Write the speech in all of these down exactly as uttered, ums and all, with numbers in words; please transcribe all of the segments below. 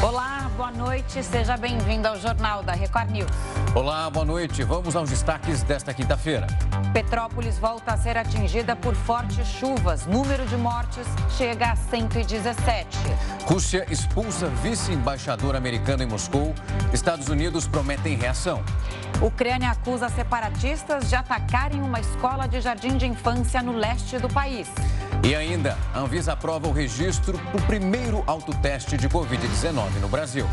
Olá, boa noite, seja bem-vindo ao Jornal da Record News. Olá, boa noite. Vamos aos destaques desta quinta-feira. Petrópolis volta a ser atingida por fortes chuvas. Número de mortes chega a cento e dezessete. Rússia expulsa vice-embaixador americano em Moscou. Estados Unidos prometem reação. Ucrânia acusa separatistas de atacarem uma escola de jardim de infância no leste do país. E ainda, a Anvisa aprova o registro do primeiro autoteste de covid dezenove no Brasil.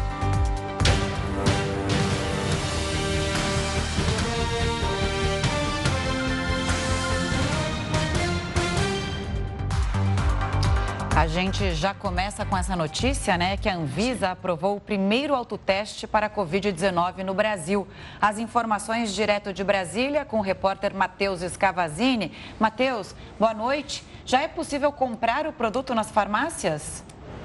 A gente já começa com essa notícia, né, que a Anvisa aprovou o primeiro autoteste para a covid dezenove no Brasil. As informações direto de Brasília com o repórter Matheus Scavazini. Matheus, boa noite. Já é possível comprar o produto nas farmácias?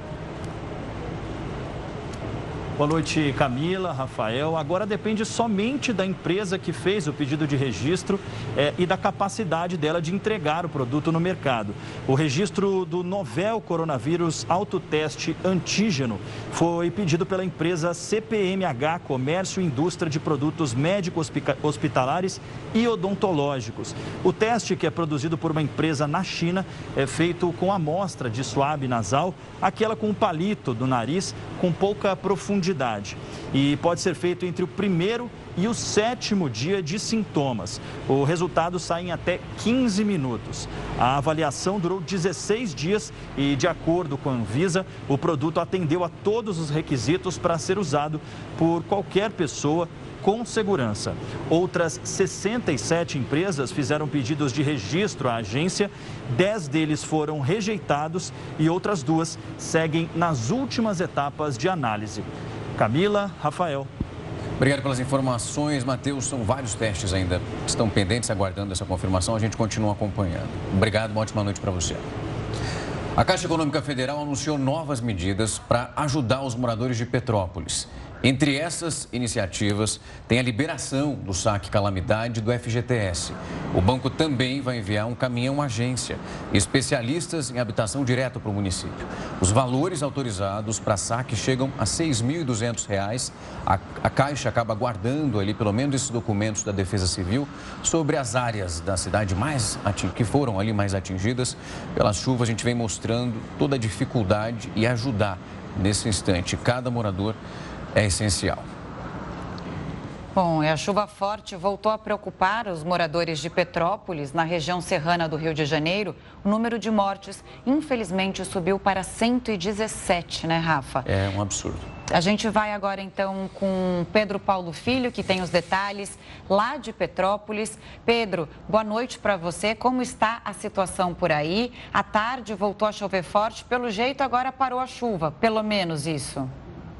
Boa noite, Camila, Rafael. Agora depende somente da empresa que fez o pedido de registro é, e da capacidade dela de entregar o produto no mercado. O registro do Novel Coronavírus Autoteste Antígeno foi pedido pela empresa C P M H, Comércio e Indústria de Produtos Médico-Hospitalares e Odontológicos. O teste, que é produzido por uma empresa na China, é feito com amostra de suave nasal, aquela com um palito do nariz com pouca profundidade. E pode ser feito entre o primeiro e o sétimo dia de sintomas. O resultado sai em até quinze minutos. A avaliação durou dezesseis dias e, de acordo com a Anvisa, o produto atendeu a todos os requisitos para ser usado por qualquer pessoa com segurança. Outras sessenta e sete empresas fizeram pedidos de registro à agência, dez deles foram rejeitados e outras duas seguem nas últimas etapas de análise. Camila, Rafael. Obrigado pelas informações, Matheus. São vários testes ainda que estão pendentes, aguardando essa confirmação. A gente continua acompanhando. Obrigado, uma ótima noite para você. A Caixa Econômica Federal anunciou novas medidas para ajudar os moradores de Petrópolis. Entre essas iniciativas, tem a liberação do saque calamidade do F G T S. O banco também vai enviar um caminhão agência, especialistas em habitação direto para o município. Os valores autorizados para saque chegam a seis mil e duzentos reais. A, a Caixa acaba guardando ali pelo menos esses documentos da Defesa Civil sobre as áreas da cidade mais que foram ali mais atingidas pelas chuvas. A gente vem mostrando toda a dificuldade e ajudar nesse instante cada morador é essencial. Bom, e a chuva forte voltou a preocupar os moradores de Petrópolis, na região serrana do Rio de Janeiro. O número de mortes, infelizmente, subiu para cento e dezessete, né, Rafa? É um absurdo. A gente vai agora, então, com Pedro Paulo Filho, que tem os detalhes lá de Petrópolis. Pedro, boa noite para você. Como está a situação por aí? À tarde voltou a chover forte, pelo jeito agora parou a chuva, pelo menos isso.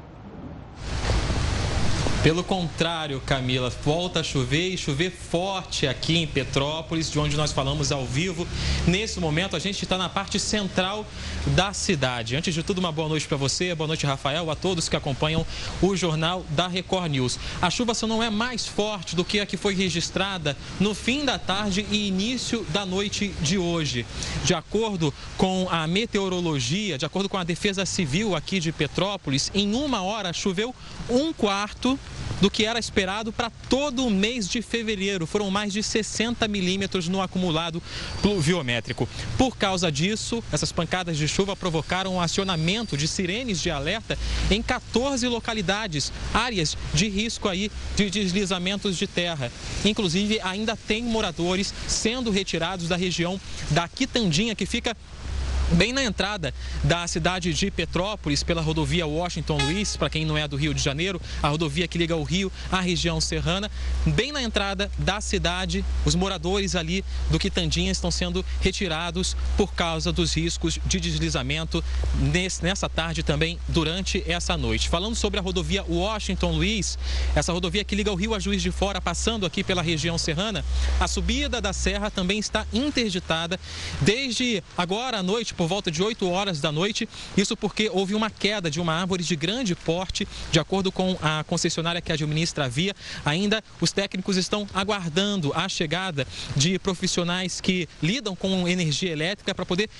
Pelo contrário, Camila, volta a chover e chover forte aqui em Petrópolis, de onde nós falamos ao vivo. Nesse momento, a gente está na parte central da cidade. Antes de tudo, uma boa noite para você, boa noite, Rafael, a todos que acompanham o Jornal da Record News. A chuva só não é mais forte do que a que foi registrada no fim da tarde e início da noite de hoje. De acordo com a meteorologia, de acordo com a Defesa Civil aqui de Petrópolis, em uma hora choveu um quarto do que era esperado para todo o mês de fevereiro. Foram mais de sessenta milímetros no acumulado pluviométrico. Por causa disso, essas pancadas de chuva provocaram o acionamento de sirenes de alerta em quatorze localidades, áreas de risco aí de deslizamentos de terra. Inclusive, ainda tem moradores sendo retirados da região da Quitandinha, que fica bem na entrada da cidade de Petrópolis, pela rodovia Washington Luiz, para quem não é do Rio de Janeiro, a rodovia que liga o Rio à região serrana. Bem na entrada da cidade, os moradores ali do Quitandinha estão sendo retirados por causa dos riscos de deslizamento nesse, nessa tarde também durante essa noite. Falando sobre a rodovia Washington Luiz, essa rodovia que liga o Rio a Juiz de Fora, passando aqui pela região serrana, a subida da serra também está interditada desde agora à noite, por volta de oito horas da noite. Isso porque houve uma queda de uma árvore de grande porte. De acordo com a concessionária que administra a via, ainda os técnicos estão aguardando a chegada de profissionais que lidam com energia elétrica para poder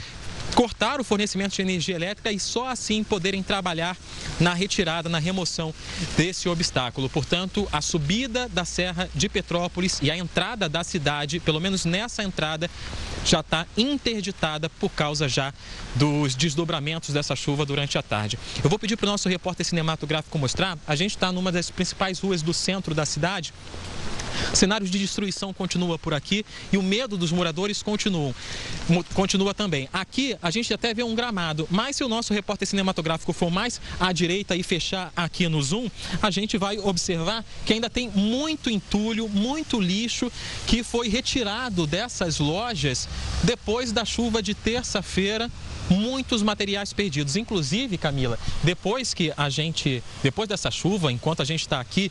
cortar o fornecimento de energia elétrica e só assim poderem trabalhar na retirada, na remoção desse obstáculo. Portanto, a subida da Serra de Petrópolis e a entrada da cidade, pelo menos nessa entrada, já está interditada por causa já dos desdobramentos dessa chuva durante a tarde. Eu vou pedir para o nosso repórter cinematográfico mostrar. A gente está numa das principais ruas do centro da cidade. Cenários de destruição continua por aqui e o medo dos moradores continuam, continua também. Aqui a gente até vê um gramado, mas se o nosso repórter cinematográfico for mais à direita e fechar aqui no zoom, a gente vai observar que ainda tem muito entulho, muito lixo que foi retirado dessas lojas depois da chuva de terça-feira. Muitos materiais perdidos, inclusive, Camila, depois que a gente, depois dessa chuva, enquanto a gente está aqui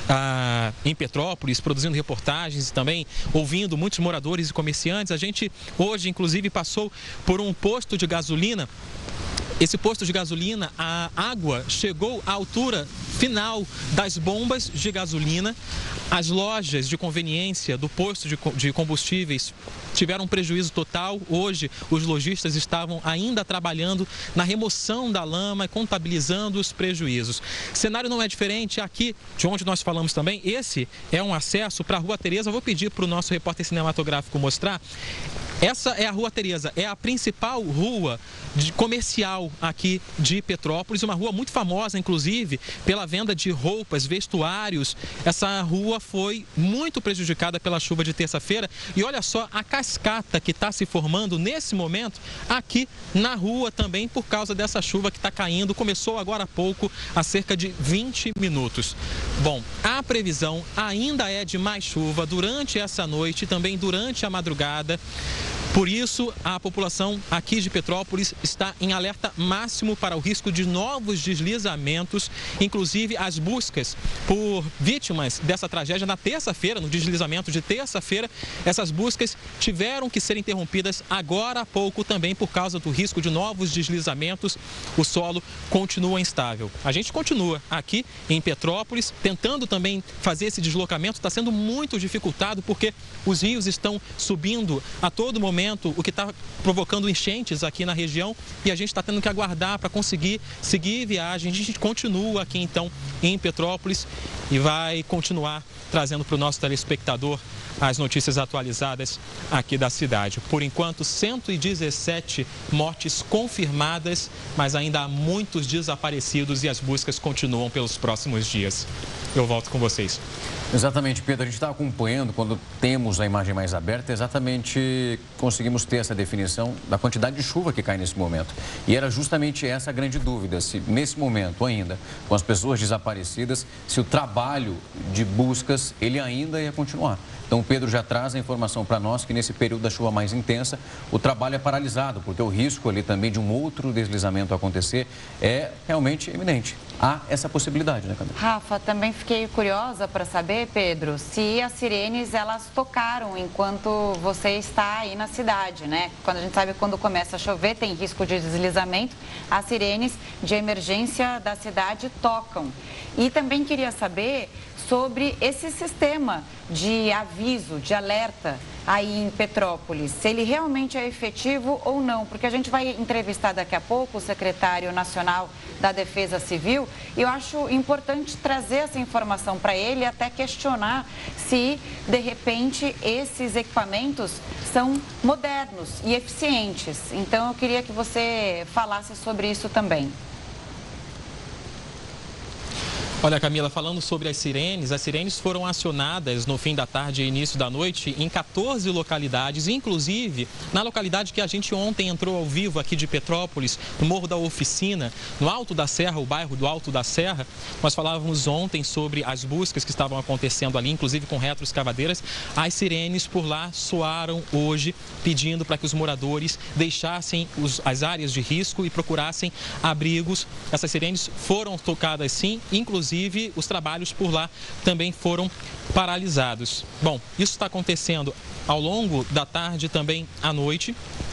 ah, em Petrópolis, produzindo reportagens e também ouvindo muitos moradores e comerciantes, a gente hoje, inclusive, passou por um posto de gasolina. Esse posto de gasolina, a água chegou à altura final das bombas de gasolina. As lojas de conveniência do posto de combustíveis tiveram um prejuízo total. Hoje, os lojistas estavam ainda trabalhando na remoção da lama e contabilizando os prejuízos. O cenário não é diferente aqui de onde nós falamos também. Esse é um acesso para a Rua Tereza. Eu vou pedir para o nosso repórter cinematográfico mostrar. Essa é a Rua Tereza, é a principal rua de comercial aqui de Petrópolis, uma rua muito famosa, inclusive, pela venda de roupas, vestuários. Essa rua foi muito prejudicada pela chuva de terça-feira e olha só a cascata que está se formando nesse momento aqui na rua também por causa dessa chuva que está caindo. Começou agora há pouco, há cerca de vinte minutos. Bom, a previsão ainda é de mais chuva durante essa noite e também durante a madrugada. Por isso, a população aqui de Petrópolis está em alerta máximo para o risco de novos deslizamentos, inclusive as buscas por vítimas dessa tragédia na terça-feira, no deslizamento de terça-feira. Essas buscas tiveram que ser interrompidas agora há pouco também por causa do risco de novos deslizamentos. O solo continua instável. A gente continua aqui em Petrópolis tentando também fazer esse deslocamento. Está sendo muito dificultado porque os rios estão subindo a todo momento, o que está provocando enchentes aqui na região e a gente está tendo que aguardar para conseguir seguir viagem. A gente continua aqui então em Petrópolis e vai continuar trazendo para o nosso telespectador as notícias atualizadas aqui da cidade. Por enquanto, cento e dezessete mortes confirmadas, mas ainda há muitos desaparecidos e as buscas continuam pelos próximos dias. Eu volto com vocês. Exatamente, Pedro. A gente está acompanhando, quando temos a imagem mais aberta, exatamente conseguimos ter essa definição da quantidade de chuva que cai nesse momento. E era justamente essa a grande dúvida, se nesse momento ainda, com as pessoas desaparecidas, se o trabalho de buscas, ele ainda ia continuar. Então, o Pedro já traz a informação para nós que nesse período da chuva mais intensa, o trabalho é paralisado, porque o risco ali também de um outro deslizamento acontecer é realmente iminente. Há essa possibilidade, né, Camila? Rafa, também fiquei curiosa para saber, Pedro, se as sirenes, elas tocaram enquanto você está aí na cidade, né? Quando a gente sabe que quando começa a chover, tem risco de deslizamento, as sirenes de emergência da cidade tocam. E também queria saber sobre esse sistema de aviso, de alerta aí em Petrópolis, se ele realmente é efetivo ou não, porque a gente vai entrevistar daqui a pouco o secretário nacional da Defesa Civil e eu acho importante trazer essa informação para ele e até questionar se, de repente, esses equipamentos são modernos e eficientes. Então, eu queria que você falasse sobre isso também. Olha, Camila, falando sobre as sirenes, as sirenes foram acionadas no fim da tarde e início da noite em quatorze localidades, inclusive na localidade que a gente ontem entrou ao vivo aqui de Petrópolis, no Morro da Oficina, no Alto da Serra, o bairro do Alto da Serra. Nós falávamos ontem sobre as buscas que estavam acontecendo ali, inclusive com retroescavadeiras. As sirenes por lá soaram hoje, pedindo para que os moradores deixassem os, as áreas de risco e procurassem abrigos. Essas sirenes foram tocadas sim, inclusive Inclusive, os trabalhos por lá também foram paralisados. Bom, isso está acontecendo ao longo da tarde, também à noite.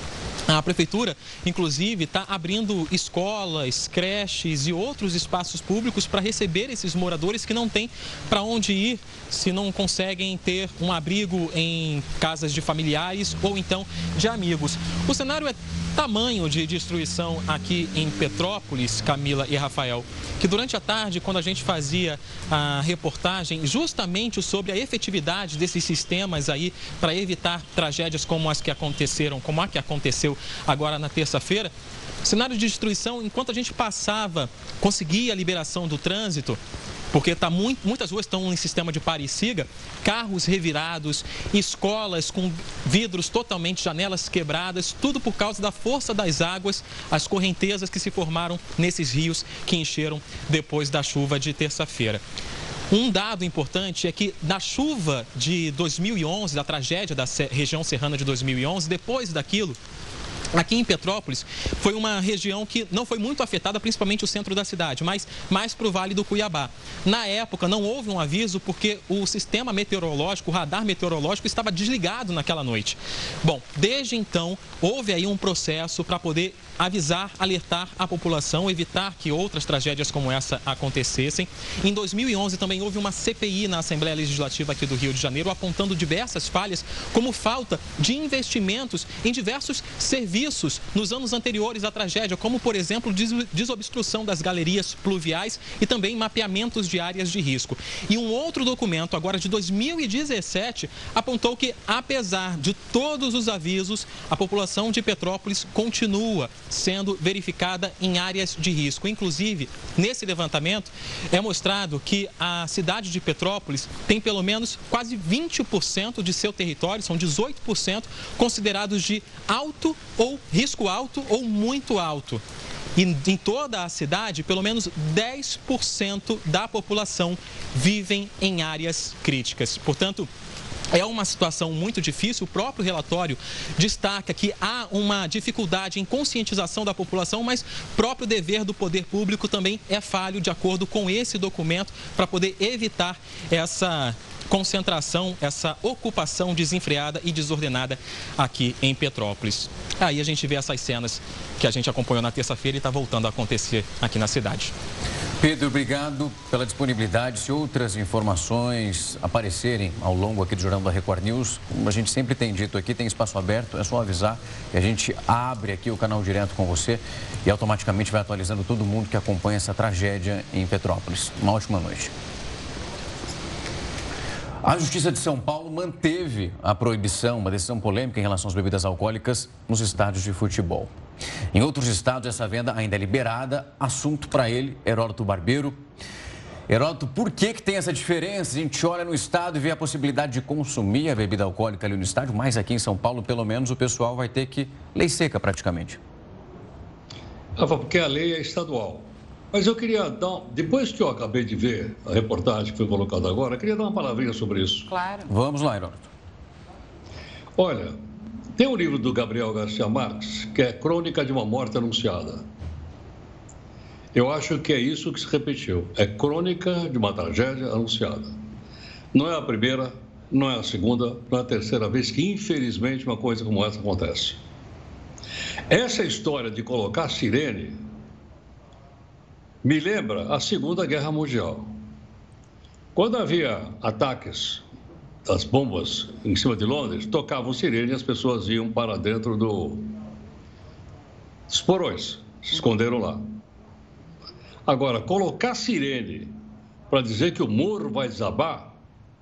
A prefeitura, inclusive, está abrindo escolas, creches e outros espaços públicos para receber esses moradores que não têm para onde ir, se não conseguem ter um abrigo em casas de familiares ou então de amigos. O cenário é tamanho de destruição aqui em Petrópolis, Camila e Rafael, que durante a tarde, quando a gente fazia a reportagem justamente sobre a efetividade desses sistemas aí para evitar tragédias como as que aconteceram, como a que aconteceu agora na terça-feira, cenário de destruição, enquanto a gente passava, conseguia a liberação do trânsito, porque tá muito, muitas ruas estão em sistema de pare e siga, carros revirados, escolas com vidros totalmente, janelas quebradas, tudo por causa da força das águas, as correntezas que se formaram nesses rios que encheram depois da chuva de terça-feira. Um dado importante é que na chuva de dois mil e onze, da tragédia da região serrana de dois mil e onze, depois daquilo, aqui em Petrópolis, foi uma região que não foi muito afetada, principalmente o centro da cidade, mas mais para o Vale do Cuiabá. Na época, não houve um aviso porque o sistema meteorológico, o radar meteorológico, estava desligado naquela noite. Bom, desde então, houve aí um processo para poder avisar, alertar a população, evitar que outras tragédias como essa acontecessem. Em dois mil e onze, também houve uma C P I na Assembleia Legislativa aqui do Rio de Janeiro, apontando diversas falhas, como falta de investimentos em diversos serviços nos anos anteriores à tragédia, como, por exemplo, desobstrução das galerias pluviais e também mapeamentos de áreas de risco. E um outro documento, agora de dois mil e dezessete, apontou que, apesar de todos os avisos, a população de Petrópolis continua sendo verificada em áreas de risco. Inclusive, nesse levantamento, é mostrado que a cidade de Petrópolis tem pelo menos quase vinte por cento de seu território, são dezoito por cento, considerados de alto ou risco alto ou muito alto. E em toda a cidade, pelo menos dez por cento da população vivem em áreas críticas. Portanto, é uma situação muito difícil. O próprio relatório destaca que há uma dificuldade em conscientização da população, mas o próprio dever do poder público também é falho, de acordo com esse documento, para poder evitar essa concentração, essa ocupação desenfreada e desordenada aqui em Petrópolis. Aí a gente vê essas cenas que a gente acompanhou na terça-feira e está voltando a acontecer aqui na cidade. Pedro, obrigado pela disponibilidade. Se outras informações aparecerem ao longo aqui do Jornal da Record News, como a gente sempre tem dito aqui, tem espaço aberto, é só avisar que a gente abre aqui o canal direto com você e automaticamente vai atualizando todo mundo que acompanha essa tragédia em Petrópolis. Uma ótima noite. A Justiça de São Paulo manteve a proibição, uma decisão polêmica em relação às bebidas alcoólicas nos estádios de futebol. Em outros estados, essa venda ainda é liberada. Assunto para ele, Heródoto Barbeiro. Heródoto, por que que tem essa diferença? A gente olha no estado e vê a possibilidade de consumir a bebida alcoólica ali no estádio, mas aqui em São Paulo, pelo menos, o pessoal vai ter que lei seca praticamente. Rafa, porque a lei é estadual. Mas eu queria dar, depois que eu acabei de ver a reportagem que foi colocada agora, eu queria dar uma palavrinha sobre isso. Claro. Vamos lá, Heródoto. Olha, tem um livro do Gabriel Garcia Marques, que é Crônica de uma Morte Anunciada. Eu acho que é isso que se repetiu. É crônica de uma tragédia anunciada. Não é a primeira, não é a segunda, não é a terceira vez que, infelizmente, uma coisa como essa acontece. Essa história de colocar sirene me lembra a Segunda Guerra Mundial. Quando havia ataques das bombas em cima de Londres, tocavam sirene e as pessoas iam para dentro do... dos porões, se esconderam lá. Agora, colocar sirene para dizer que o muro vai desabar,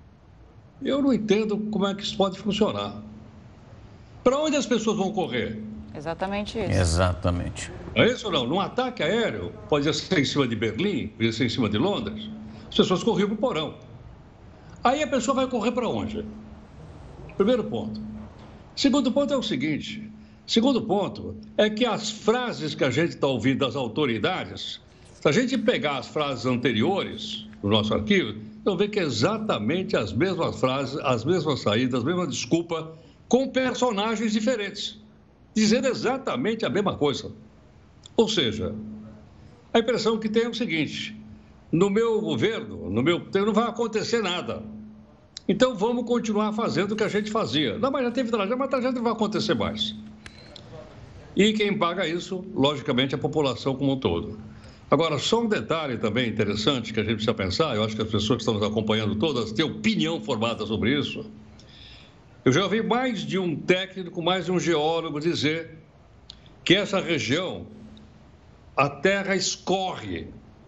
eu não entendo como é que isso pode funcionar. Para onde as pessoas vão correr? Exatamente isso. Exatamente. É isso ou não? Num ataque aéreo, pode ser em cima de Berlim, pode ser em cima de Londres, as pessoas corriam para o porão. Aí a pessoa vai correr para onde? Primeiro ponto. Segundo ponto é o seguinte. Segundo ponto é que as frases que a gente está ouvindo das autoridades, se a gente pegar as frases anteriores do nosso arquivo, então vê que é exatamente as mesmas frases, as mesmas saídas, as mesmas desculpas, com personagens diferentes, dizendo exatamente a mesma coisa. Ou seja, a impressão que tem é o seguinte: no meu governo, no meu tempo, não vai acontecer nada. Então vamos continuar fazendo o que a gente fazia. Não, mas já teve tragédia, mas a tragédia não vai acontecer mais. E quem paga isso, logicamente, é a população como um todo. Agora, só um detalhe também interessante que a gente precisa pensar, eu acho que as pessoas que estão nos acompanhando todas têm opinião formada sobre isso. Eu já ouvi mais de um técnico, mais de um geólogo dizer que essa região, a terra escorre.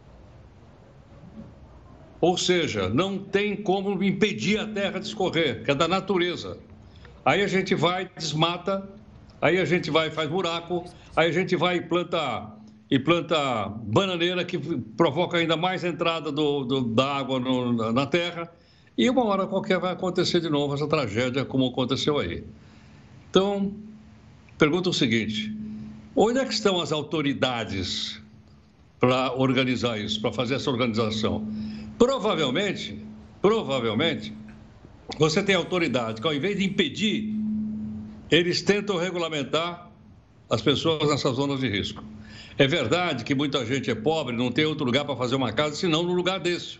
Ou seja, não tem como impedir a terra de escorrer, que é da natureza. Aí a gente vai, desmata, aí a gente vai e faz buraco, aí a gente vai e planta, e planta bananeira, que provoca ainda mais entrada do, do, da água no, na terra. E uma hora qualquer vai acontecer de novo essa tragédia, como aconteceu aí. Então, pergunto o seguinte: onde é que estão as autoridades para organizar isso, para fazer essa organização? Provavelmente, provavelmente, você tem autoridade que, ao invés de impedir, eles tentam regulamentar as pessoas nessas zonas de risco. É verdade que muita gente é pobre, não tem outro lugar para fazer uma casa, senão no lugar desse.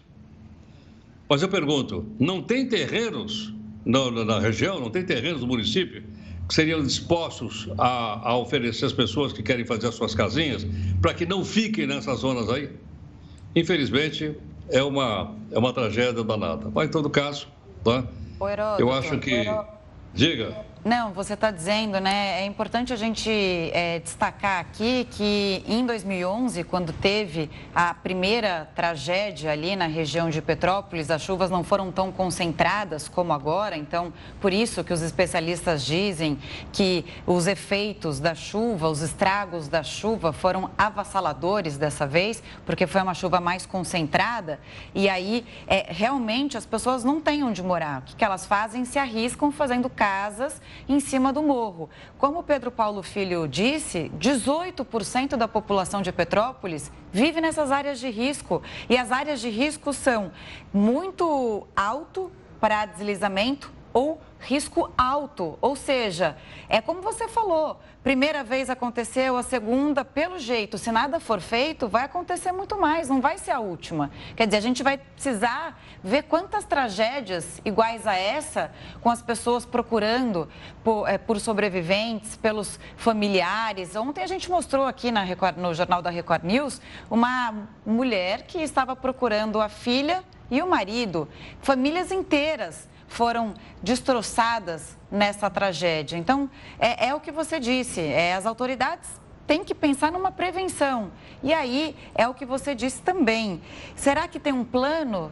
Mas eu pergunto, não tem terrenos na, na região, não tem terrenos no município que seriam dispostos a, a oferecer às pessoas que querem fazer as suas casinhas para que não fiquem nessas zonas aí? Infelizmente, é uma, é uma tragédia danada. Mas, em todo caso, tá? Ô, Heródoto, eu acho que... Heródoto. Diga. Não, você está dizendo, né? É importante a gente é, destacar aqui que em dois mil e onze, quando teve a primeira tragédia ali na região de Petrópolis, as chuvas não foram tão concentradas como agora. Então, por isso que os especialistas dizem que os efeitos da chuva, os estragos da chuva foram avassaladores dessa vez, porque foi uma chuva mais concentrada. E aí, é, realmente, as pessoas não têm onde morar. O que, que elas fazem? Se arriscam fazendo casas em cima do morro. Como o Pedro Paulo Filho disse, dezoito por cento da população de Petrópolis vive nessas áreas de risco. E as áreas de risco são muito alto para deslizamento ou risco alto. Ou seja, é como você falou, primeira vez aconteceu, a segunda, pelo jeito, se nada for feito, vai acontecer muito mais, não vai ser a última. Quer dizer, a gente vai precisar ver quantas tragédias iguais a essa, com as pessoas procurando por, é, por sobreviventes, pelos familiares. Ontem a gente mostrou aqui na Record, no Jornal da Record News, uma mulher que estava procurando a filha e o marido, famílias inteiras foram destroçadas nessa tragédia. Então, é, é o que você disse, é, as autoridades têm que pensar numa prevenção. E aí, é o que você disse também. Será que tem um plano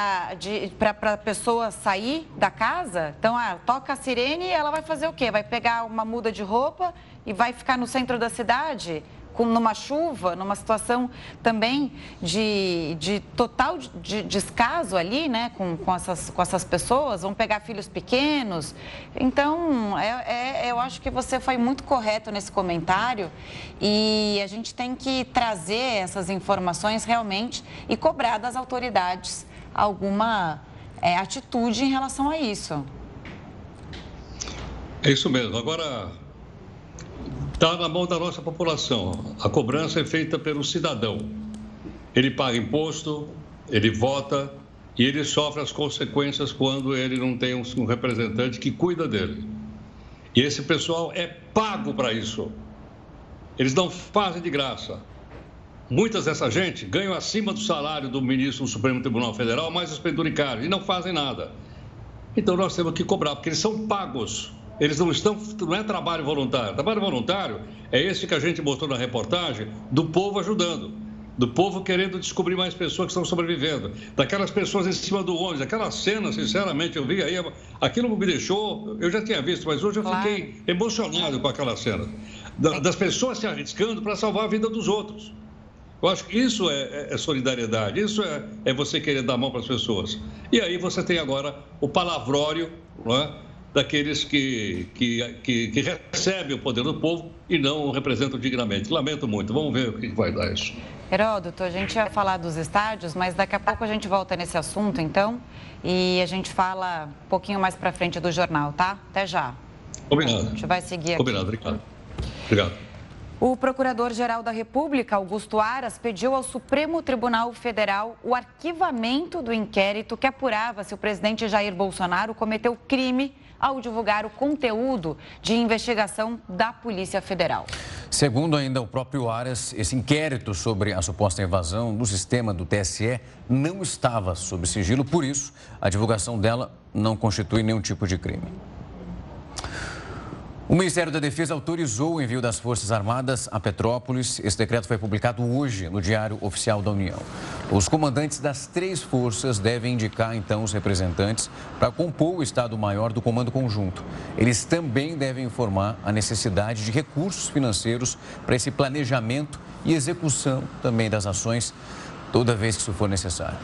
para a pessoa sair da casa? Então, ah, toca a sirene e ela vai fazer o quê? Vai pegar uma muda de roupa e vai ficar no centro da cidade? Com, numa chuva, numa situação também de, de total de, descaso ali, né, com, com, essas, com essas pessoas, vão pegar filhos pequenos. Então, é, é, eu acho que você foi muito correto nesse comentário e a gente tem que trazer essas informações realmente e cobrar das autoridades alguma é, atitude em relação a isso. É isso mesmo. Agora... está na mão da nossa população. A cobrança é feita pelo cidadão. Ele paga imposto, ele vota e ele sofre as consequências quando ele não tem um representante que cuida dele. E esse pessoal é pago para isso. Eles não fazem de graça. Muitas dessa gente ganham acima do salário do ministro do Supremo Tribunal Federal, mais os penduricários, e não fazem nada. Então nós temos que cobrar, porque eles são pagos. Eles não estão, não é trabalho voluntário. Trabalho voluntário é esse que a gente mostrou na reportagem, do povo ajudando, do povo querendo descobrir mais pessoas que estão sobrevivendo, daquelas pessoas em cima do ônibus, aquela cena, sinceramente, eu vi aí, aquilo me deixou, eu já tinha visto, mas hoje eu claro. fiquei emocionado com aquela cena, das pessoas se arriscando para salvar a vida dos outros. Eu acho que isso é, é solidariedade, isso é, é você querer dar a mão para as pessoas. E aí você tem agora o palavrório, não é? Daqueles que, que, que, que recebem o poder do povo e não o representam dignamente. Lamento muito. Vamos ver o que vai dar isso. Heródoto, a gente ia falar dos estádios, mas daqui a pouco a gente volta nesse assunto, então, e a gente fala um pouquinho mais para frente do jornal, tá? Até já. Combinado. A gente vai seguir aqui. Combinado, obrigado. Obrigado. O Procurador-Geral da República, Augusto Aras, pediu ao Supremo Tribunal Federal o arquivamento do inquérito que apurava se o presidente Jair Bolsonaro cometeu crime ao divulgar o conteúdo de investigação da Polícia Federal. Segundo ainda o próprio Aras, esse inquérito sobre a suposta invasão do sistema do T S E não estava sob sigilo, por isso a divulgação dela não constitui nenhum tipo de crime. O Ministério da Defesa autorizou o envio das Forças Armadas a Petrópolis. Esse decreto foi publicado hoje no Diário Oficial da União. Os comandantes das três forças devem indicar, então, os representantes para compor o Estado-Maior do Comando Conjunto. Eles também devem informar a necessidade de recursos financeiros para esse planejamento e execução também das ações, toda vez que isso for necessário.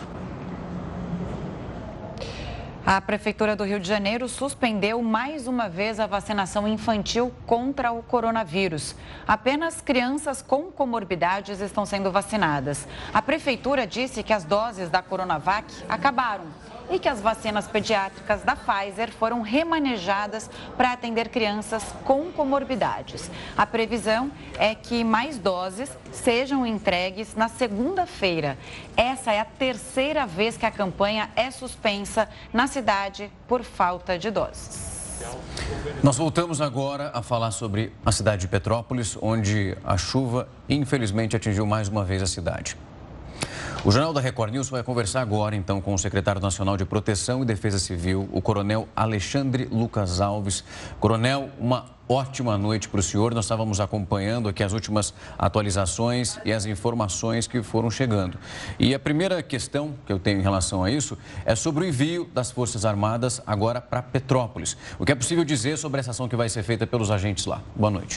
A Prefeitura do Rio de Janeiro suspendeu mais uma vez a vacinação infantil contra o coronavírus. Apenas crianças com comorbidades estão sendo vacinadas. A Prefeitura disse que as doses da Coronavac acabaram e que as vacinas pediátricas da Pfizer foram remanejadas para atender crianças com comorbidades. A previsão é que mais doses sejam entregues na segunda-feira. Essa é a terceira vez que a campanha é suspensa na cidade por falta de doses. Nós voltamos agora a falar sobre a cidade de Petrópolis, onde a chuva, infelizmente, atingiu mais uma vez a cidade. O Jornal da Record News vai conversar agora, então, com o secretário nacional de Proteção e Defesa Civil, o coronel Alexandre Lucas Alves. Coronel, uma ótima noite para o senhor. Nós estávamos acompanhando aqui as últimas atualizações e as informações que foram chegando. E a primeira questão que eu tenho em relação a isso é sobre o envio das Forças Armadas agora para Petrópolis. O que é possível dizer sobre essa ação que vai ser feita pelos agentes lá? Boa noite.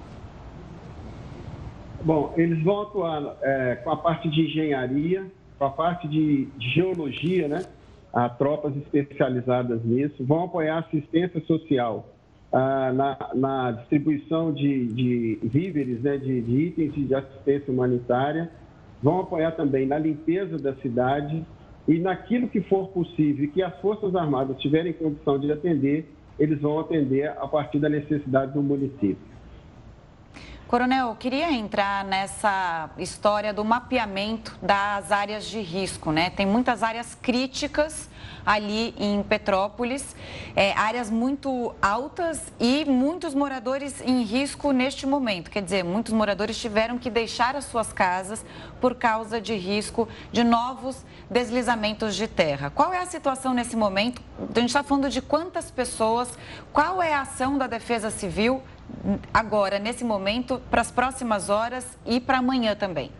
Bom, eles vão atuar é, com a parte de engenharia, com a parte de geologia, né? Há tropas especializadas nisso. Vão apoiar a assistência social ah, na, na distribuição de, de víveres, né? de, de itens de assistência humanitária. Vão apoiar também na limpeza da cidade e naquilo que for possível que as Forças Armadas tiverem condição de atender, eles vão atender a partir da necessidade do município. Coronel, queria entrar nessa história do mapeamento das áreas de risco, né? Tem muitas áreas críticas ali em Petrópolis, é, áreas muito altas e muitos moradores em risco neste momento. Quer dizer, muitos moradores tiveram que deixar as suas casas por causa de risco de novos deslizamentos de terra. Qual é a situação nesse momento? A gente está falando de quantas pessoas, qual é a ação da Defesa Civil agora, nesse momento, para as próximas horas e para amanhã também?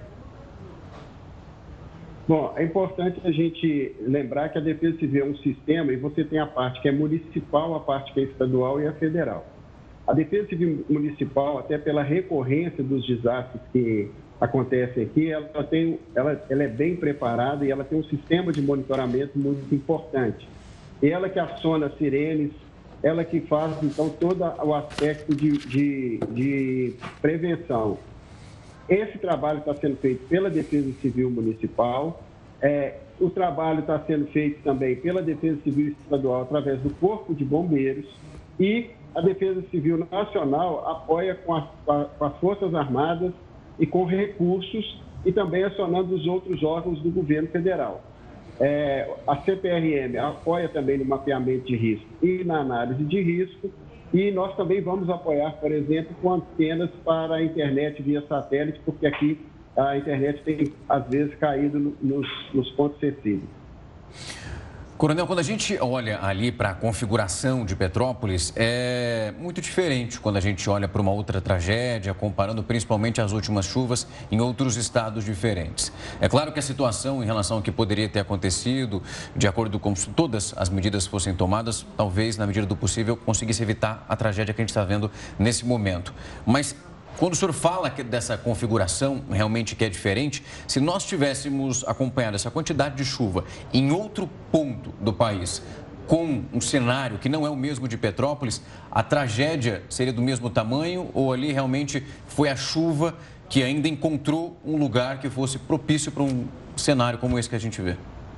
Bom, é importante a gente lembrar que a Defesa Civil é um sistema e você tem a parte que é municipal, a parte que é estadual e a federal. A Defesa Civil Municipal, até pela recorrência dos desastres que acontecem aqui, ela, tem, ela, ela é bem preparada e ela tem um sistema de monitoramento muito importante. Ela que aciona sirenes, ela que faz, então, todo o aspecto de, de, de prevenção. Esse trabalho está sendo feito pela Defesa Civil Municipal, é, o trabalho está sendo feito também pela Defesa Civil Estadual através do Corpo de Bombeiros e a Defesa Civil Nacional apoia com as, com as Forças Armadas e com recursos e também acionando os outros órgãos do governo federal. É, a C P R M apoia também no mapeamento de risco e na análise de risco e nós também vamos apoiar, por exemplo, com antenas para a internet via satélite, porque aqui a internet tem, às vezes, caído nos, nos pontos sensíveis. Coronel, quando a gente olha ali para a configuração de Petrópolis, é muito diferente quando a gente olha para uma outra tragédia, comparando principalmente as últimas chuvas em outros estados diferentes. É claro que a situação em relação ao que poderia ter acontecido, de acordo com todas as medidas fossem tomadas, talvez, na medida do possível, conseguisse evitar a tragédia que a gente está vendo nesse momento. Mas quando o senhor fala dessa configuração realmente que é diferente, se nós tivéssemos acompanhado essa quantidade de chuva em outro ponto do país, com um cenário que não é o mesmo de Petrópolis, a tragédia seria do mesmo tamanho ou ali realmente foi a chuva que ainda encontrou um lugar que fosse propício para um cenário como esse que a gente vê?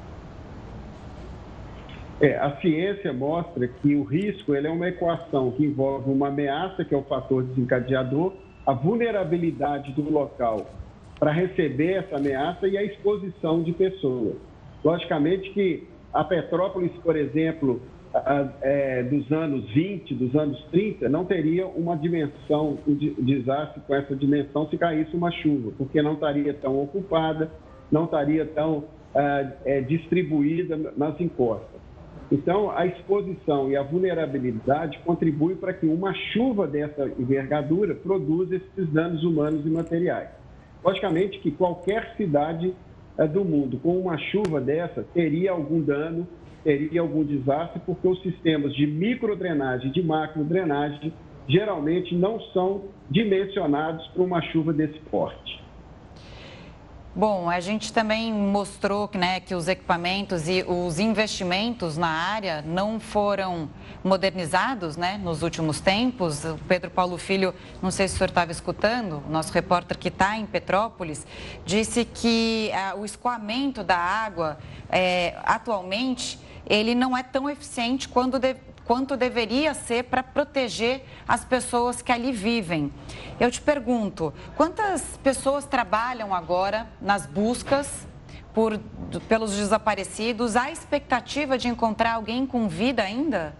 É, a ciência mostra que o risco ele é uma equação que envolve uma ameaça, que é o fator desencadeador, a vulnerabilidade do local para receber essa ameaça e a exposição de pessoas. Logicamente que a Petrópolis, por exemplo, é, dos anos vinte, dos anos trinta, não teria uma dimensão, um desastre com essa dimensão se caísse uma chuva, porque não estaria tão ocupada, não estaria tão é, distribuída nas encostas. Então, a exposição e a vulnerabilidade contribuem para que uma chuva dessa envergadura produza esses danos humanos e materiais. Logicamente que qualquer cidade é, do mundo com uma chuva dessa teria algum dano, teria algum desastre, porque os sistemas de microdrenagem e de macrodrenagem geralmente não são dimensionados para uma chuva desse porte. Bom, a gente também mostrou, né, que os equipamentos e os investimentos na área não foram modernizados, né, nos últimos tempos. O Pedro Paulo Filho, não sei se o senhor estava escutando, nosso repórter que está em Petrópolis, disse que ah, o escoamento da água, é, atualmente, ele não é tão eficiente quando de, quanto deveria ser para proteger as pessoas que ali vivem. Eu te pergunto, quantas pessoas trabalham agora nas buscas por, pelos desaparecidos? Há expectativa de encontrar alguém com vida ainda?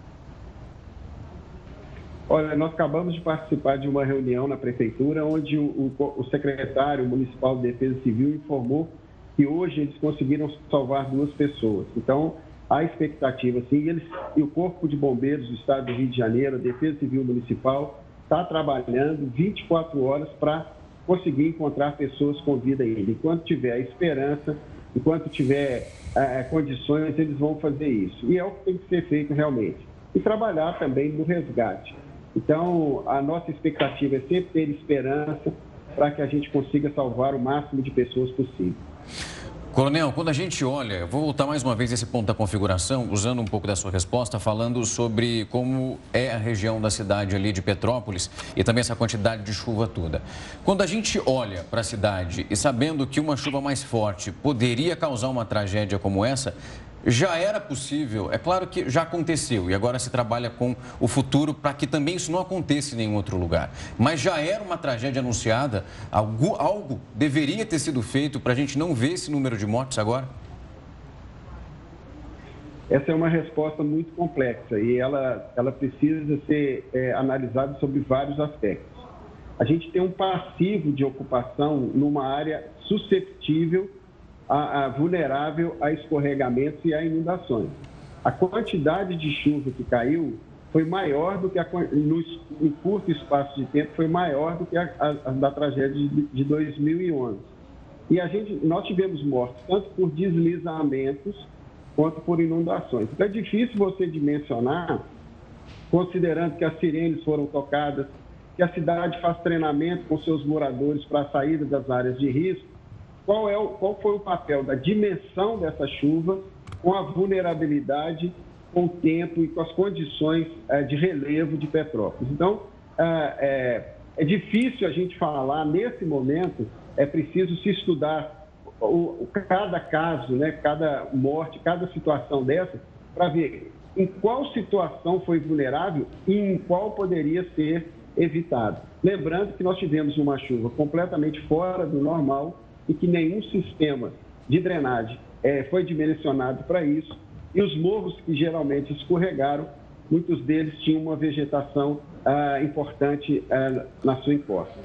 Olha, nós acabamos de participar de uma reunião na Prefeitura, onde o, o, o secretário municipal de Defesa Civil informou que hoje eles conseguiram salvar duas pessoas. Então, há expectativa, sim, e, eles, e o Corpo de Bombeiros do Estado do Rio de Janeiro, a Defesa Civil Municipal, está trabalhando vinte e quatro horas para conseguir encontrar pessoas com vida ainda. Enquanto tiver esperança, enquanto tiver eh, condições, eles vão fazer isso. E é o que tem que ser feito realmente. E trabalhar também no resgate. Então, a nossa expectativa é sempre ter esperança para que a gente consiga salvar o máximo de pessoas possível. Coronel, quando a gente olha, vou voltar mais uma vez a esse ponto da configuração, usando um pouco da sua resposta, falando sobre como é a região da cidade ali de Petrópolis e também essa quantidade de chuva toda. Quando a gente olha para a cidade e sabendo que uma chuva mais forte poderia causar uma tragédia como essa, já era possível, é claro que já aconteceu e agora se trabalha com o futuro para que também isso não aconteça em nenhum outro lugar. Mas já era uma tragédia anunciada, algo, algo deveria ter sido feito para a gente não ver esse número de mortes agora? Essa é uma resposta muito complexa e ela, ela precisa ser é, analisada sobre vários aspectos. A gente tem um passivo de ocupação numa área susceptível A, a vulnerável a escorregamentos e a inundações. A quantidade de chuva que caiu foi maior do que, a, no, em curto espaço de tempo, foi maior do que a, a, a da tragédia de, de dois mil e onze. E a gente, nós tivemos mortes tanto por deslizamentos quanto por inundações. Então é difícil você dimensionar, considerando que as sirenes foram tocadas, que a cidade faz treinamento com seus moradores para a saída das áreas de risco. Qual, é o, qual foi o papel da dimensão dessa chuva com a vulnerabilidade, com o tempo e com as condições é, de relevo de Petrópolis? Então, é, é, é difícil a gente falar, nesse momento, é preciso se estudar o, cada caso, né, cada morte, cada situação dessa, para ver em qual situação foi vulnerável e em qual poderia ser evitado. Lembrando que nós tivemos uma chuva completamente fora do normal, e que nenhum sistema de drenagem é, foi dimensionado para isso. E os morros que geralmente escorregaram, muitos deles tinham uma vegetação ah, importante ah, na sua encosta.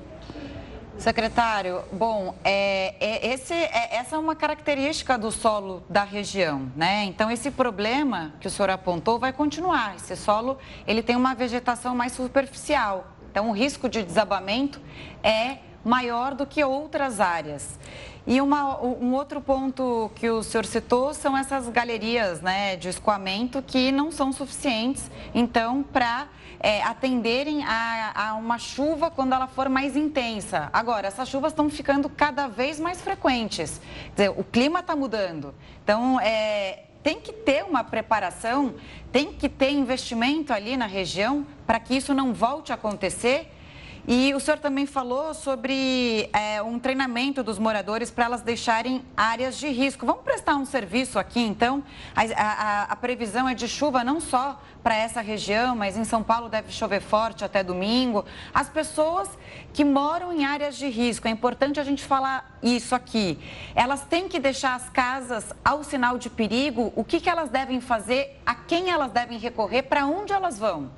Secretário, bom, é, é, esse, é, essa é uma característica do solo da região, né? Então, esse problema que o senhor apontou vai continuar. Esse solo, ele tem uma vegetação mais superficial. Então, o risco de desabamento é maior do que outras áreas. E uma, um outro ponto que o senhor citou são essas galerias, né, de escoamento que não são suficientes, então, para é, atenderem a, a uma chuva quando ela for mais intensa. Agora, essas chuvas estão ficando cada vez mais frequentes. Quer dizer, o clima está mudando. Então, é, tem que ter uma preparação, tem que ter investimento ali na região para que isso não volte a acontecer. E o senhor também falou sobre é, um treinamento dos moradores para elas deixarem áreas de risco. Vamos prestar um serviço aqui, então? A, a, a previsão é de chuva não só para essa região, mas em São Paulo deve chover forte até domingo. As pessoas que moram em áreas de risco, é importante a gente falar isso aqui. Elas têm que deixar as casas ao sinal de perigo. O que, que elas devem fazer? A quem elas devem recorrer? Para onde elas vão?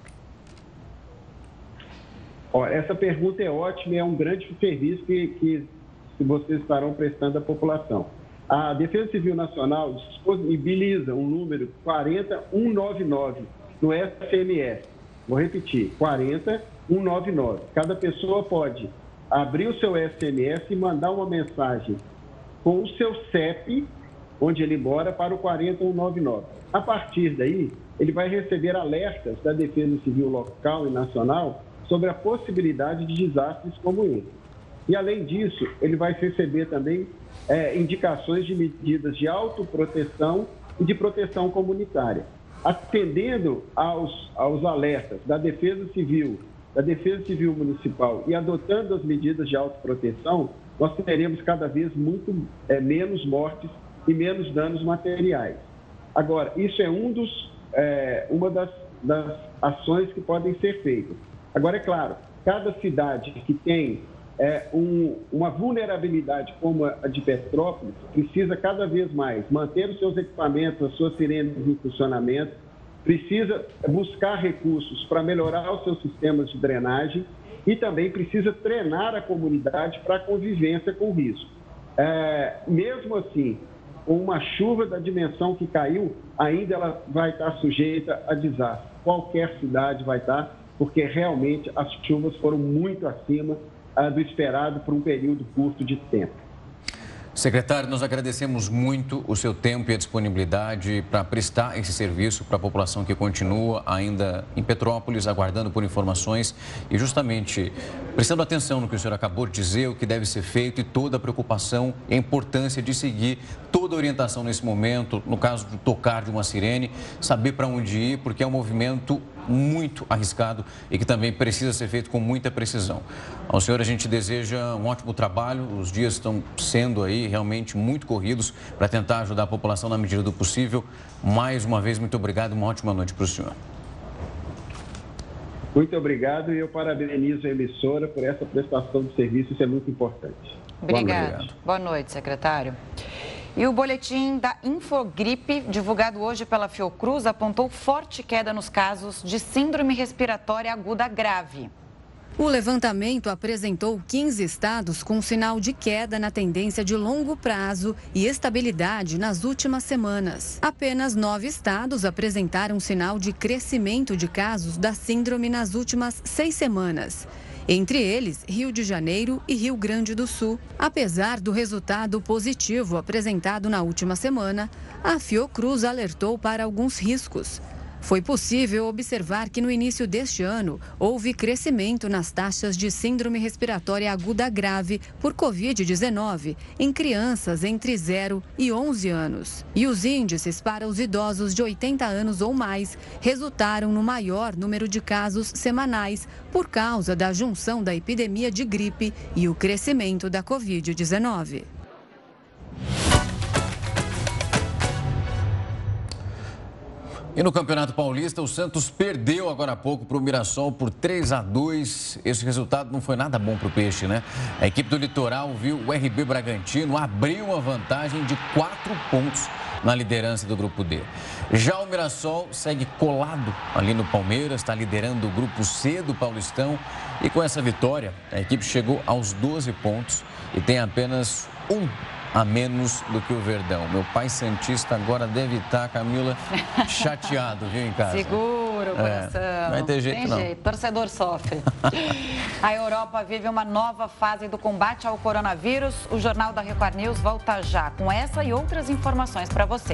Ó, essa pergunta é ótima e é um grande serviço que, que vocês estarão prestando à população. A Defesa Civil Nacional disponibiliza um número quarenta um nove nove no S M S. Vou repetir, quarenta um nove nove. Cada pessoa pode abrir o seu S M S e mandar uma mensagem com o seu C E P, onde ele mora, para o quarenta um nove nove. A partir daí, ele vai receber alertas da Defesa Civil local e nacional sobre a possibilidade de desastres como esse. E, além disso, ele vai receber também é, indicações de medidas de autoproteção e de proteção comunitária. Atendendo aos, aos alertas da Defesa Civil, da Defesa Civil Municipal e adotando as medidas de autoproteção, nós teremos cada vez muito é, menos mortes e menos danos materiais. Agora, isso é, um dos, é uma das, das ações que podem ser feitas. Agora, é claro, cada cidade que tem é, um, uma vulnerabilidade como a de Petrópolis precisa cada vez mais manter os seus equipamentos, as suas sirenes em funcionamento, precisa buscar recursos para melhorar os seus sistemas de drenagem e também precisa treinar a comunidade para a convivência com o risco. É, mesmo assim, com uma chuva da dimensão que caiu, ainda ela vai estar sujeita a desastre. Qualquer cidade vai estar, porque realmente as chuvas foram muito acima uh, do esperado por um período curto de tempo. Secretário, nós agradecemos muito o seu tempo e a disponibilidade para prestar esse serviço para a população que continua ainda em Petrópolis, aguardando por informações e justamente prestando atenção no que o senhor acabou de dizer, o que deve ser feito e toda a preocupação e a importância de seguir toda a orientação nesse momento, no caso de tocar de uma sirene, saber para onde ir, porque é um movimento muito arriscado e que também precisa ser feito com muita precisão. Ao senhor a gente deseja um ótimo trabalho, os dias estão sendo aí realmente muito corridos para tentar ajudar a população na medida do possível. Mais uma vez, muito obrigado e uma ótima noite para o senhor. Muito obrigado e eu parabenizo a emissora por essa prestação de serviço, isso é muito importante. Obrigado. Boa noite, secretário. E o boletim da Infogripe, divulgado hoje pela Fiocruz, apontou forte queda nos casos de síndrome respiratória aguda grave. O levantamento apresentou quinze estados com sinal de queda na tendência de longo prazo e estabilidade nas últimas semanas. Apenas nove estados apresentaram sinal de crescimento de casos da síndrome nas últimas seis semanas. Entre eles, Rio de Janeiro e Rio Grande do Sul. Apesar do resultado positivo apresentado na última semana, a Fiocruz alertou para alguns riscos. Foi possível observar que no início deste ano houve crescimento nas taxas de síndrome respiratória aguda grave por covid dezenove em crianças entre zero e onze anos. E os índices para os idosos de oitenta anos ou mais resultaram no maior número de casos semanais por causa da junção da epidemia de gripe e o crescimento da covid dezenove. E no Campeonato Paulista, o Santos perdeu agora há pouco para o Mirassol por três a dois. Esse resultado não foi nada bom para o Peixe, né? A equipe do Litoral viu o R B Bragantino abrir uma vantagem de quatro pontos na liderança do Grupo D. Já o Mirassol segue colado ali no Palmeiras, está liderando o Grupo C do Paulistão. E com essa vitória, a equipe chegou aos doze pontos e tem apenas um a menos do que o Verdão. Meu pai santista agora deve estar, Camila, chateado, viu, em casa. Segura o coração. É, não vai ter jeito, Tem não. jeito, torcedor sofre. A Europa vive uma nova fase do combate ao coronavírus. O Jornal da Record News volta já com essa e outras informações para você.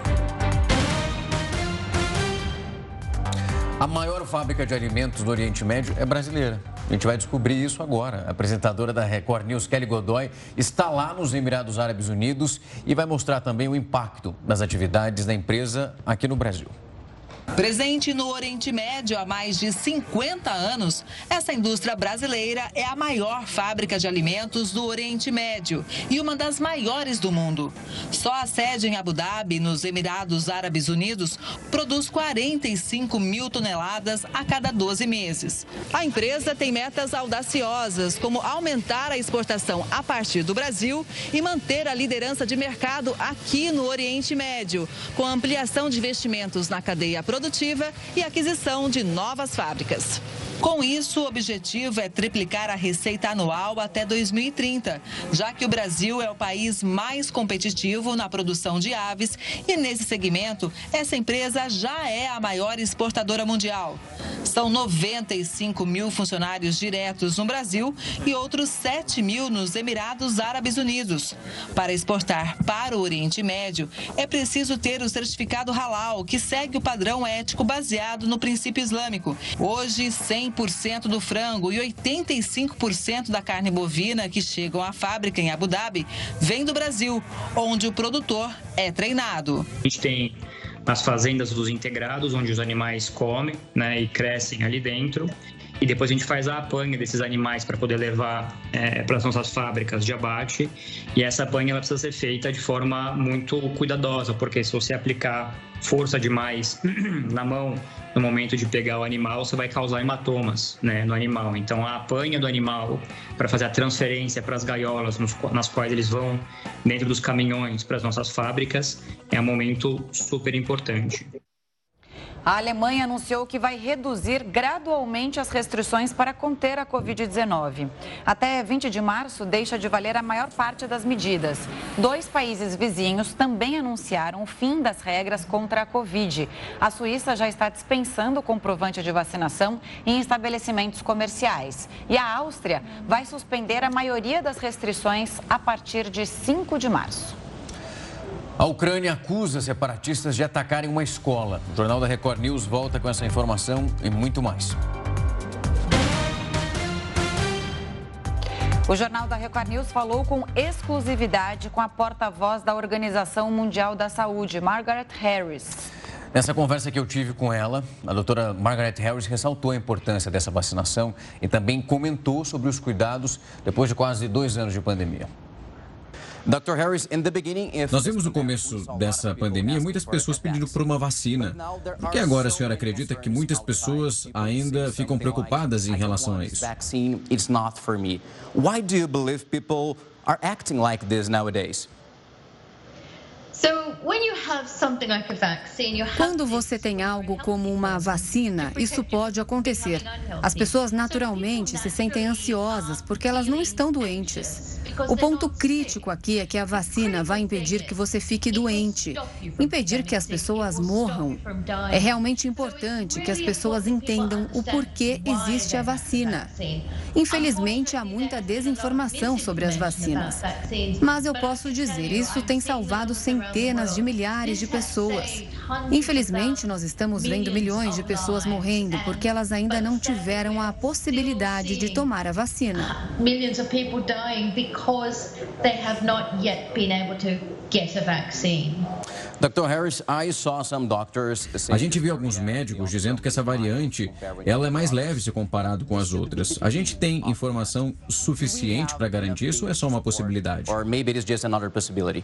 A maior fábrica de alimentos do Oriente Médio é brasileira. A gente vai descobrir isso agora. A apresentadora da Record News, Kelly Godoy, está lá nos Emirados Árabes Unidos e vai mostrar também o impacto das atividades da empresa aqui no Brasil. Presente no Oriente Médio há mais de cinquenta anos, essa indústria brasileira é a maior fábrica de alimentos do Oriente Médio e uma das maiores do mundo. Só a sede em Abu Dhabi, nos Emirados Árabes Unidos, produz quarenta e cinco mil toneladas a cada doze meses. A empresa tem metas audaciosas, como aumentar a exportação a partir do Brasil e manter a liderança de mercado aqui no Oriente Médio, com ampliação de investimentos na cadeia produtiva e aquisição de novas fábricas. Com isso, o objetivo é triplicar a receita anual até dois mil e trinta, já que o Brasil é o país mais competitivo na produção de aves e, nesse segmento, essa empresa já é a maior exportadora mundial. São noventa e cinco mil funcionários diretos no Brasil e outros sete mil nos Emirados Árabes Unidos. Para exportar para o Oriente Médio, é preciso ter o certificado halal, que segue o padrão ético baseado no princípio islâmico. Hoje, cem por cento do frango e oitenta e cinco por cento da carne bovina que chegam à fábrica em Abu Dhabi vem do Brasil, onde o produtor é treinado. A gente tem as fazendas dos integrados, onde os animais comem, né, e crescem ali dentro. E depois a gente faz a apanha desses animais para poder levar é, para as nossas fábricas de abate. E essa apanha ela precisa ser feita de forma muito cuidadosa, porque se você aplicar força demais na mão no momento de pegar o animal, você vai causar hematomas, né, no animal. Então a apanha do animal para fazer a transferência para as gaiolas nos, nas quais eles vão dentro dos caminhões para as nossas fábricas é um momento super importante. A Alemanha anunciou que vai reduzir gradualmente as restrições para conter a covid dezenove. Até vinte de março, deixa de valer a maior parte das medidas. Dois países vizinhos também anunciaram o fim das regras contra a Covid. A Suíça já está dispensando o comprovante de vacinação em estabelecimentos comerciais. E a Áustria vai suspender a maioria das restrições a partir de cinco de março. A Ucrânia acusa separatistas de atacarem uma escola. O Jornal da Record News volta com essa informação e muito mais. O Jornal da Record News falou com exclusividade com a porta-voz da Organização Mundial da Saúde, Margaret Harris. Nessa conversa que eu tive com ela, a doutora Margaret Harris ressaltou a importância dessa vacinação e também comentou sobre os cuidados depois de quase dois anos de pandemia. doutor Harris, in the beginning, if... Nós vimos no começo dessa pandemia muitas pessoas pedindo por uma vacina. Por que agora a senhora acredita que muitas pessoas ainda ficam preocupadas em relação a isso? Why do you believe people are acting like this nowadays? Quando você tem algo como uma vacina, isso pode acontecer. As pessoas naturalmente se sentem ansiosas porque elas não estão doentes. O ponto crítico aqui é que a vacina vai impedir que você fique doente, impedir que as pessoas morram. É realmente importante que as pessoas entendam o porquê existe a vacina. Infelizmente, há muita desinformação sobre as vacinas. Mas eu posso dizer, isso tem salvado centenas de milhares de pessoas. Infelizmente, nós estamos vendo milhões de pessoas morrendo porque elas ainda não tiveram a possibilidade de tomar a vacina. Because they have not yet been able to get a vaccine. doutor Harris, I saw some doctors A gente viu alguns médicos dizendo que essa variante, ela é mais leve se comparado com as outras. A gente tem informação suficiente para garantir isso ou é só uma possibilidade? Or maybe it is just another possibility.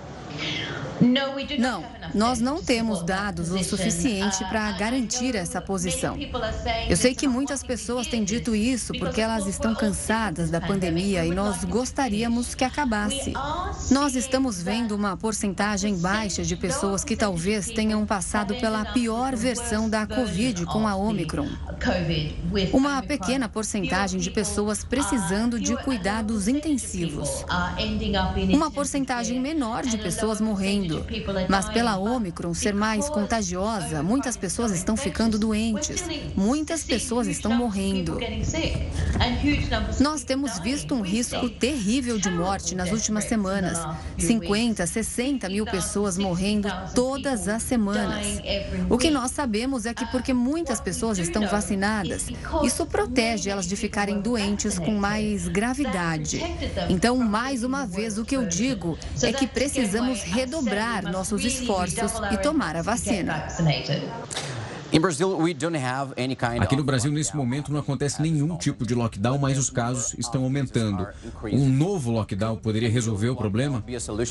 Não, nós não temos dados o suficiente para garantir essa posição. Eu sei que muitas pessoas têm dito isso porque elas estão cansadas da pandemia e nós gostaríamos que acabasse. Nós estamos vendo uma porcentagem baixa de pessoas que talvez tenham passado pela pior versão da Covid com a Omicron. Uma pequena porcentagem de pessoas precisando de cuidados intensivos. Uma porcentagem menor de pessoas morrendo. Mas pela Omicron ser mais contagiosa, muitas pessoas estão ficando doentes. Muitas pessoas estão morrendo. Nós temos visto um risco terrível de morte nas últimas semanas. cinquenta, sessenta mil pessoas morrendo todas as semanas. O que nós sabemos é que porque muitas pessoas estão vacinadas, isso protege elas de ficarem doentes com mais gravidade. Então, mais uma vez, o que eu digo é que precisamos redobrar nossos esforços e tomar a vacina. Aqui no Brasil, nesse momento, não acontece nenhum tipo de lockdown, mas os casos estão aumentando. Um novo lockdown poderia resolver o problema?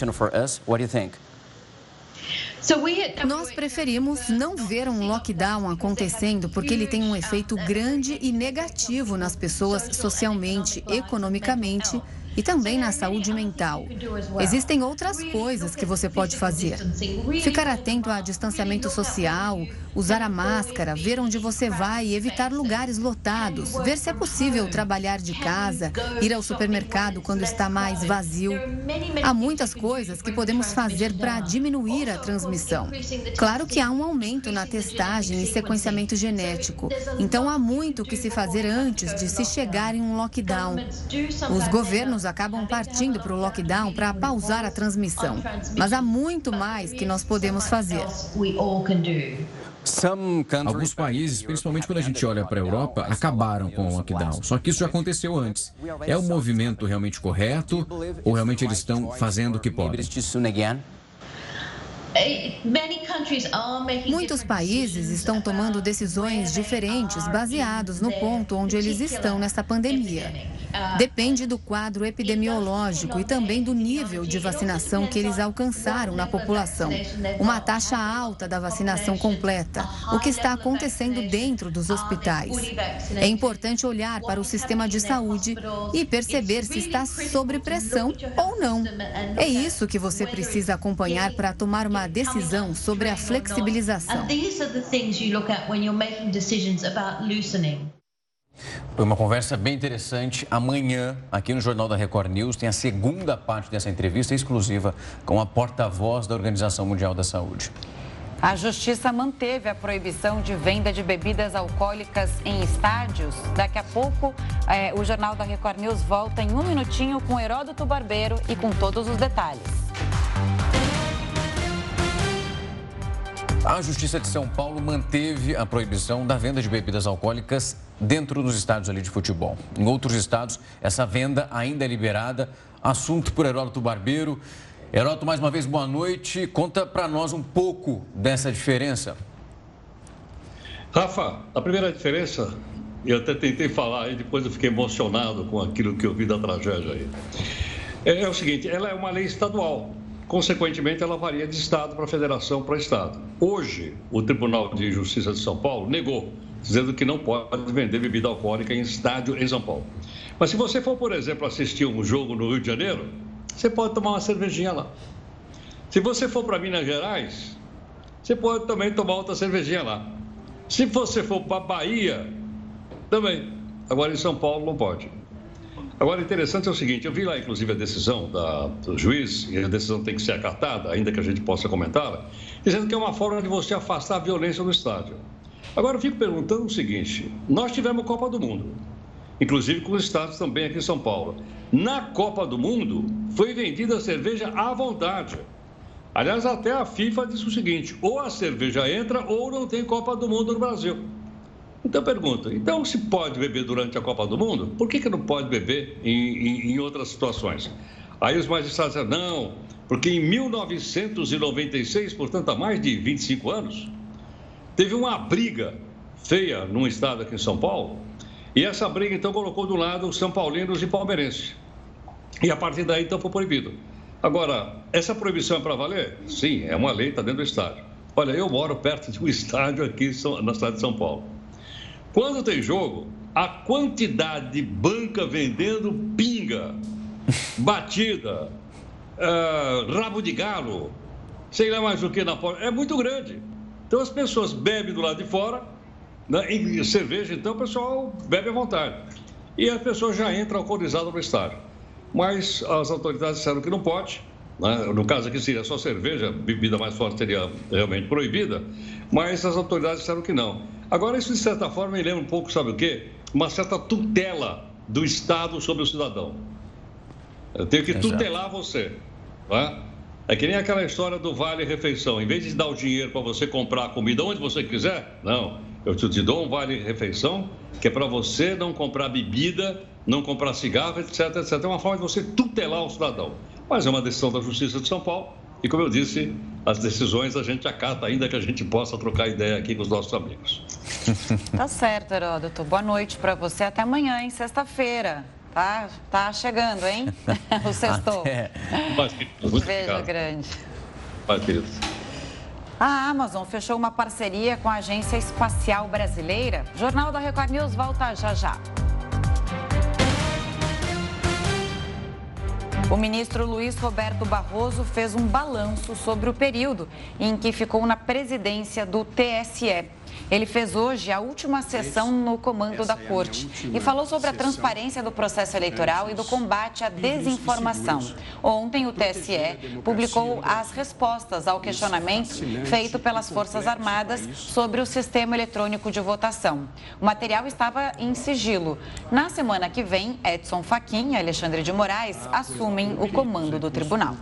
Nós preferimos não ver um lockdown acontecendo porque ele tem um efeito grande e negativo nas pessoas socialmente, economicamente e também na saúde mental. Existem outras coisas que você pode fazer. Ficar atento a distanciamento social, usar a máscara, ver onde você vai e evitar lugares lotados, ver se é possível trabalhar de casa, ir ao supermercado quando está mais vazio. Há muitas coisas que podemos fazer para diminuir a transmissão. Claro que há um aumento na testagem e sequenciamento genético, então há muito que se fazer antes de se chegar em um lockdown. Os governos acabam partindo para o lockdown para pausar a transmissão, mas há muito mais que nós podemos fazer. Alguns países, principalmente quando a gente olha para a Europa, acabaram com o lockdown. Só que isso já aconteceu antes. É um movimento realmente correto ou realmente eles estão fazendo o que podem? Muitos países estão tomando decisões diferentes baseados no ponto onde eles estão nessa pandemia. Depende do quadro epidemiológico e também do nível de vacinação que eles alcançaram na população. Uma taxa alta da vacinação completa, o que está acontecendo dentro dos hospitais. É importante olhar para o sistema de saúde e perceber se está sob pressão ou não. É isso que você precisa acompanhar para tomar uma decisão sobre a flexibilização. Foi uma conversa bem interessante. Amanhã, aqui no Jornal da Record News, tem a segunda parte dessa entrevista exclusiva com a porta-voz da Organização Mundial da Saúde. A Justiça manteve a proibição de venda de bebidas alcoólicas em estádios. Daqui a pouco, é, o Jornal da Record News volta em um minutinho com Heródoto Barbeiro e com todos os detalhes. A Justiça de São Paulo manteve a proibição da venda de bebidas alcoólicas dentro dos estádios ali de futebol. Em outros estados, essa venda ainda é liberada. Assunto por Heródoto Barbeiro. Heródoto, mais uma vez, boa noite. Conta para nós um pouco dessa diferença. Rafa, a primeira diferença, eu até tentei falar e depois eu fiquei emocionado com aquilo que eu vi da tragédia aí. É, é o seguinte, ela é uma lei estadual. Consequentemente, ela varia de estado para federação para estado. Hoje, o Tribunal de Justiça de São Paulo negou, dizendo que não pode vender bebida alcoólica em estádio em São Paulo. Mas se você for, por exemplo, assistir um jogo no Rio de Janeiro, você pode tomar uma cervejinha lá. Se você for para Minas Gerais, você pode também tomar outra cervejinha lá. Se você for para Bahia, também. Agora, em São Paulo, não pode. Agora, interessante é o seguinte, eu vi lá, inclusive, a decisão da, do juiz, e a decisão tem que ser acatada, ainda que a gente possa comentá-la, dizendo que é uma forma de você afastar a violência no estádio. Agora, eu fico perguntando o seguinte, nós tivemos a Copa do Mundo, inclusive com os estados também aqui em São Paulo. Na Copa do Mundo, foi vendida a cerveja à vontade. Aliás, até a FIFA disse o seguinte, ou a cerveja entra ou não tem Copa do Mundo no Brasil. Então, pergunta, então se pode beber durante a Copa do Mundo, por que que não pode beber em, em, em outras situações? Aí os magistrados disseram, não, porque em mil novecentos e noventa e seis, portanto há mais de vinte e cinco anos, teve uma briga feia num estado aqui em São Paulo, e essa briga então colocou do lado os são paulinos e palmeirenses. E a partir daí então foi proibido. Agora, essa proibição é para valer? Sim, é uma lei, está dentro do estádio. Olha, eu moro perto de um estádio aqui na cidade de São Paulo. Quando tem jogo, a quantidade de banca vendendo pinga, batida, uh, rabo de galo, sei lá mais o que na porta, é muito grande. Então as pessoas bebem do lado de fora, né, em cerveja, então o pessoal bebe à vontade. E as pessoas já entram alcoolizadas no estádio. Mas as autoridades disseram que não pode, né? No caso aqui seria só cerveja, bebida mais forte seria realmente proibida, mas as autoridades disseram que não. Agora, isso de certa forma me lembra um pouco, sabe o quê? Uma certa tutela do Estado sobre o cidadão. Eu tenho que Exato. tutelar você, né? É que nem aquela história do vale-refeição. Em vez de dar o dinheiro para você comprar a comida onde você quiser, não. Eu te dou um vale-refeição que é para você não comprar bebida, não comprar cigarro, etc, etcétera. É uma forma de você tutelar o cidadão. Mas é uma decisão da Justiça de São Paulo. E, como eu disse, as decisões a gente acata, ainda que a gente possa trocar ideia aqui com os nossos amigos. Tá certo, Heródoto. Boa noite para você. Até amanhã, hein? Sexta-feira. Tá, tá chegando, hein? O sextou. Até. Beijo grande. Vai, querido. A Amazon fechou uma parceria com a Agência Espacial Brasileira. O Jornal da Record News volta já já. O ministro Luiz Roberto Barroso fez um balanço sobre o período em que ficou na presidência do T S E. Ele fez hoje a última sessão no comando da Corte e falou sobre a transparência do processo eleitoral e do combate à desinformação. Ontem, o T S E publicou as respostas ao questionamento feito pelas Forças Armadas sobre o sistema eletrônico de votação. O material estava em sigilo. Na semana que vem, Edson Fachin e Alexandre de Moraes assumem o comando do tribunal.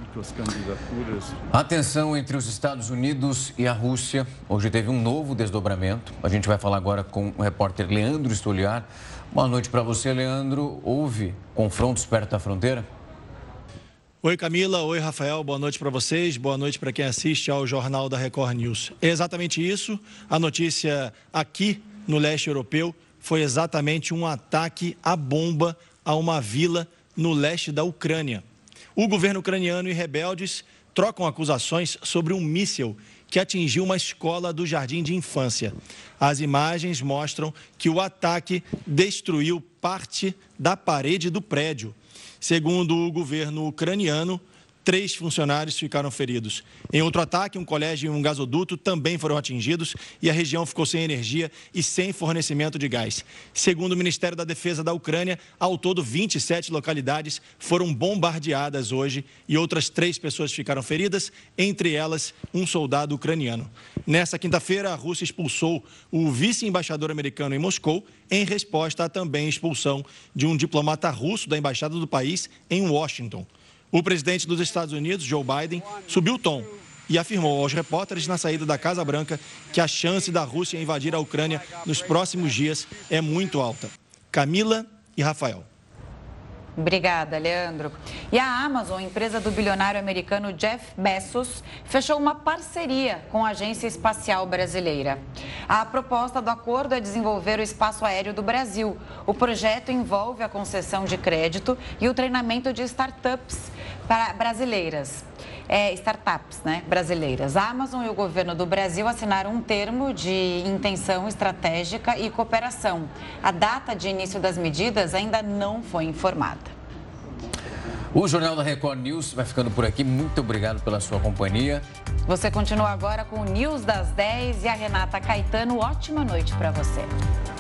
A tensão entre os Estados Unidos e a Rússia hoje teve um novo desdobramento. A gente vai falar agora com o repórter Leandro Stoliar. Boa noite para você, Leandro. Houve confrontos perto da fronteira? Oi, Camila. Oi, Rafael. Boa noite para vocês. Boa noite para quem assiste ao Jornal da Record News. É exatamente isso. A notícia aqui no leste europeu foi exatamente um ataque à bomba a uma vila no leste da Ucrânia. O governo ucraniano e rebeldes trocam acusações sobre um míssil que atingiu uma escola do jardim de infância. As imagens mostram que o ataque destruiu parte da parede do prédio. Segundo o governo ucraniano, três funcionários ficaram feridos. Em outro ataque, um colégio e um gasoduto também foram atingidos e a região ficou sem energia e sem fornecimento de gás. Segundo o Ministério da Defesa da Ucrânia, ao todo vinte e sete localidades foram bombardeadas hoje e outras três pessoas ficaram feridas, entre elas um soldado ucraniano. Nessa quinta-feira, a Rússia expulsou o vice-embaixador americano em Moscou, em resposta à também expulsão de um diplomata russo da embaixada do país em Washington. O presidente dos Estados Unidos, Joe Biden, subiu o tom e afirmou aos repórteres na saída da Casa Branca que a chance da Rússia invadir a Ucrânia nos próximos dias é muito alta. Camila e Rafael. Obrigada, Leandro. E a Amazon, empresa do bilionário americano Jeff Bezos, fechou uma parceria com a Agência Espacial Brasileira. A proposta do acordo é desenvolver o espaço aéreo do Brasil. O projeto envolve a concessão de crédito e o treinamento de startups brasileiras. É, startups né, brasileiras. A Amazon e o governo do Brasil assinaram um termo de intenção estratégica e cooperação. A data de início das medidas ainda não foi informada. O Jornal da Record News vai ficando por aqui. Muito obrigado pela sua companhia. Você continua agora com o News das dez e a Renata Caetano. Ótima noite para você.